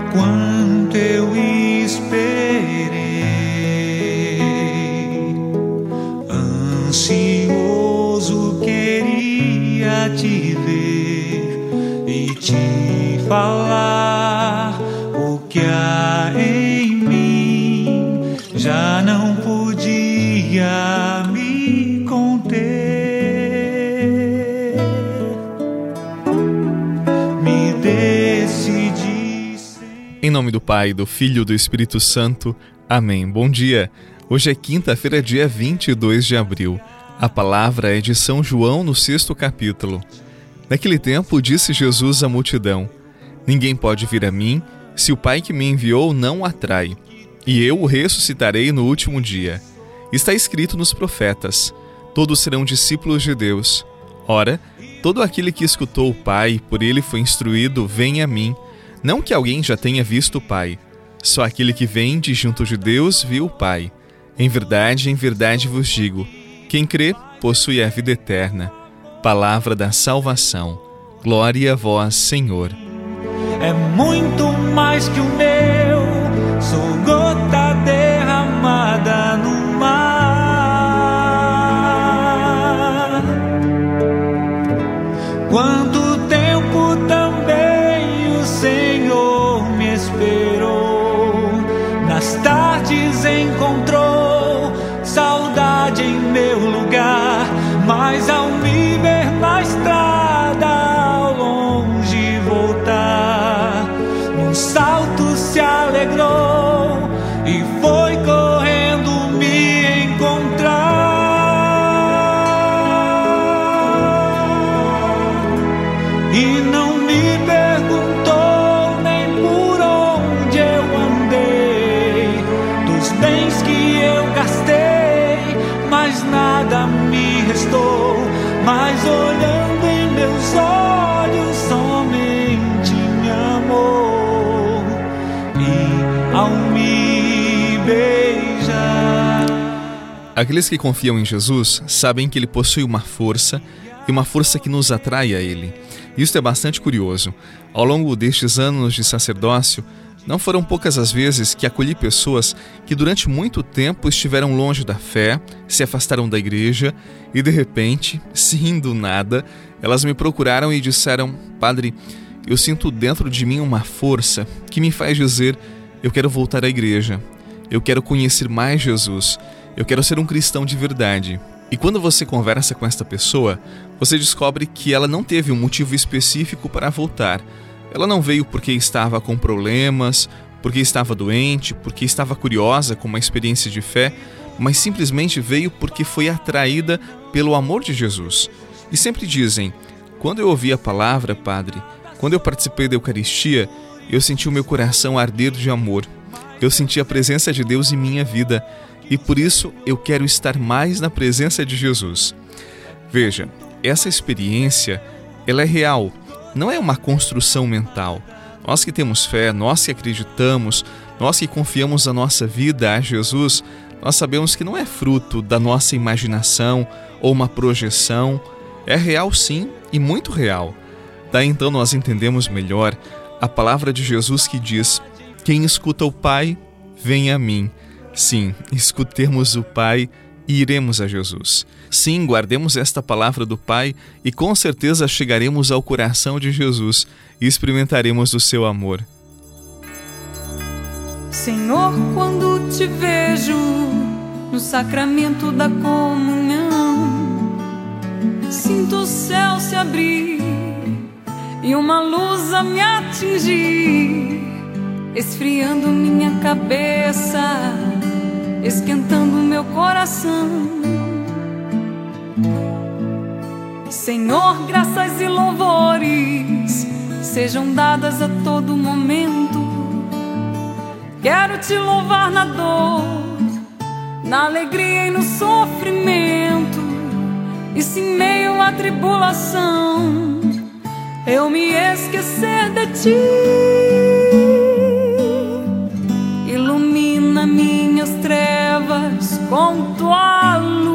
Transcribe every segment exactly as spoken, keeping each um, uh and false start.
quanto eu esperei, ansioso queria te ver e te falar o que há em mim, já não podia me conter. Me decidi sem... Em nome do Pai, do Filho e do Espírito Santo. Amém. Bom dia. Hoje é quinta-feira, dia vinte e dois de abril. A palavra é de São João no sexto capítulo. Naquele tempo, disse Jesus à multidão: ninguém pode vir a mim se o Pai que me enviou não o atrai, e eu o ressuscitarei no último dia. Está escrito nos profetas: todos serão discípulos de Deus. Ora, todo aquele que escutou o Pai e por ele foi instruído, vem a mim. Não que alguém já tenha visto o Pai. Só aquele que vem de junto de Deus viu o Pai. Em verdade, em verdade vos digo, quem crê possui a vida eterna. Palavra da salvação. Glória a vós, Senhor. É muito mais que o meu, sou gota derramada no mar. Quanto tempo também o Senhor me esperou, nas tardes encontrou saudade em meu lugar, mas ao me ver na estrada ao longe voltar, num salto se alegrou e foi correndo me encontrar. E não me perguntou nem por onde eu andei, dos bens que eu gastei, mas nada me restou, mas olhando em meus olhos somente me amou, e ao me beijar... Aqueles que confiam em Jesus sabem que Ele possui uma força, e uma força que nos atrai a Ele. Isso é bastante curioso. Ao longo destes anos de sacerdócio, não foram poucas as vezes que acolhi pessoas que durante muito tempo estiveram longe da fé, se afastaram da igreja e de repente, sim, do nada, elas me procuraram e disseram: Padre, eu sinto dentro de mim uma força que me faz dizer: eu quero voltar à igreja, eu quero conhecer mais Jesus, eu quero ser um cristão de verdade. E quando você conversa com esta pessoa, você descobre que ela não teve um motivo específico para voltar. Ela não veio porque estava com problemas, porque estava doente, porque estava curiosa com uma experiência de fé, mas simplesmente veio porque foi atraída pelo amor de Jesus. E sempre dizem: quando eu ouvi a palavra, Padre, quando eu participei da Eucaristia, eu senti o meu coração arder de amor. Eu senti a presença de Deus em minha vida e por isso eu quero estar mais na presença de Jesus. Veja, essa experiência, ela é real. Não é uma construção mental. Nós que temos fé, nós que acreditamos, nós que confiamos a nossa vida a Jesus, nós sabemos que não é fruto da nossa imaginação ou uma projeção. É real sim, e muito real. Daí então nós entendemos melhor a palavra de Jesus que diz: quem escuta o Pai, vem a mim. Sim, escutemos o Pai e iremos a Jesus. Sim, guardemos esta palavra do Pai e com certeza chegaremos ao coração de Jesus e experimentaremos o seu amor. Senhor, quando te vejo no sacramento da comunhão, sinto o céu se abrir e uma luz a me atingir, esfriando minha cabeça, esquentando meu coração. Senhor, graças e louvores sejam dadas a todo momento. Quero te louvar na dor, na alegria e no sofrimento. E se em meio à tribulação eu me esquecer de ti, ilumina minhas trevas com tua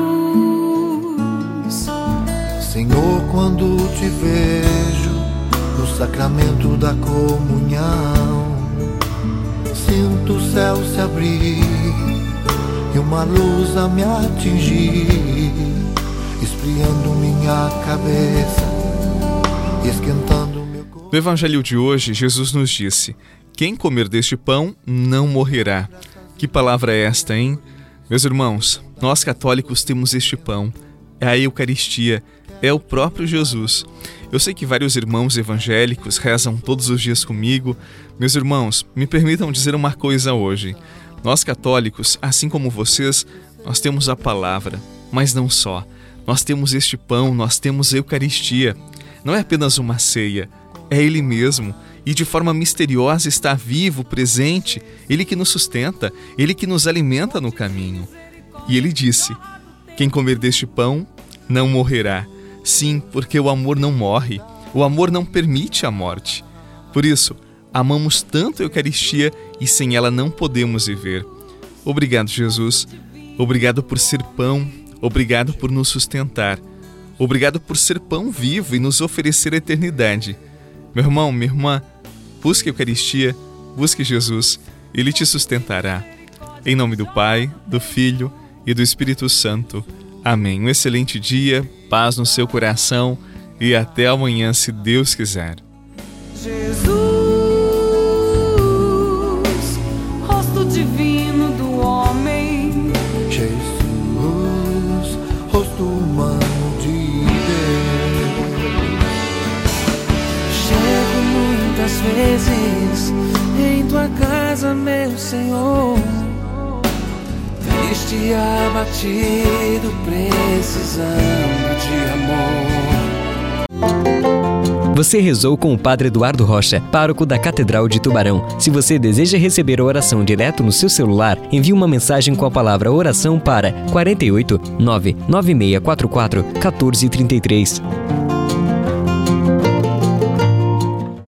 luz. Senhor, quando te vejo no sacramento da comunhão, céu se abrir e uma luz a me atingir, esfriando minha cabeça e esquentando meu corpo. No Evangelho de hoje, Jesus nos disse: quem comer deste pão não morrerá. Que palavra é esta, hein? Meus irmãos, nós católicos temos este pão, é a Eucaristia, é o próprio Jesus. Eu sei que vários irmãos evangélicos rezam todos os dias comigo. Meus irmãos, me permitam dizer uma coisa hoje. Nós católicos, assim como vocês, nós temos a palavra, mas não só. Nós temos este pão, nós temos a Eucaristia. Não é apenas uma ceia, é Ele mesmo. E de forma misteriosa está vivo, presente, Ele que nos sustenta, Ele que nos alimenta no caminho. E Ele disse: quem comer deste pão não morrerá. Sim, porque o amor não morre, o amor não permite a morte. Por isso, amamos tanto a Eucaristia e sem ela não podemos viver. Obrigado, Jesus. Obrigado por ser pão, obrigado por nos sustentar. Obrigado por ser pão vivo e nos oferecer a eternidade. Meu irmão, minha irmã, busque a Eucaristia, busque Jesus, Ele te sustentará. Em nome do Pai, do Filho e do Espírito Santo. Amém. Um excelente dia, paz no seu coração e até amanhã, se Deus quiser. Jesus, rosto divino do homem. Jesus, rosto humano de Deus. Chego muitas vezes em tua casa, meu Senhor, triste, abatido, precisando de amor. Você rezou com o Padre Eduardo Rocha, pároco da Catedral de Tubarão. Se você deseja receber a oração direto no seu celular, envie uma mensagem com a palavra oração para quarenta e oito, nove nove seis quatro quatro, um quatro três três.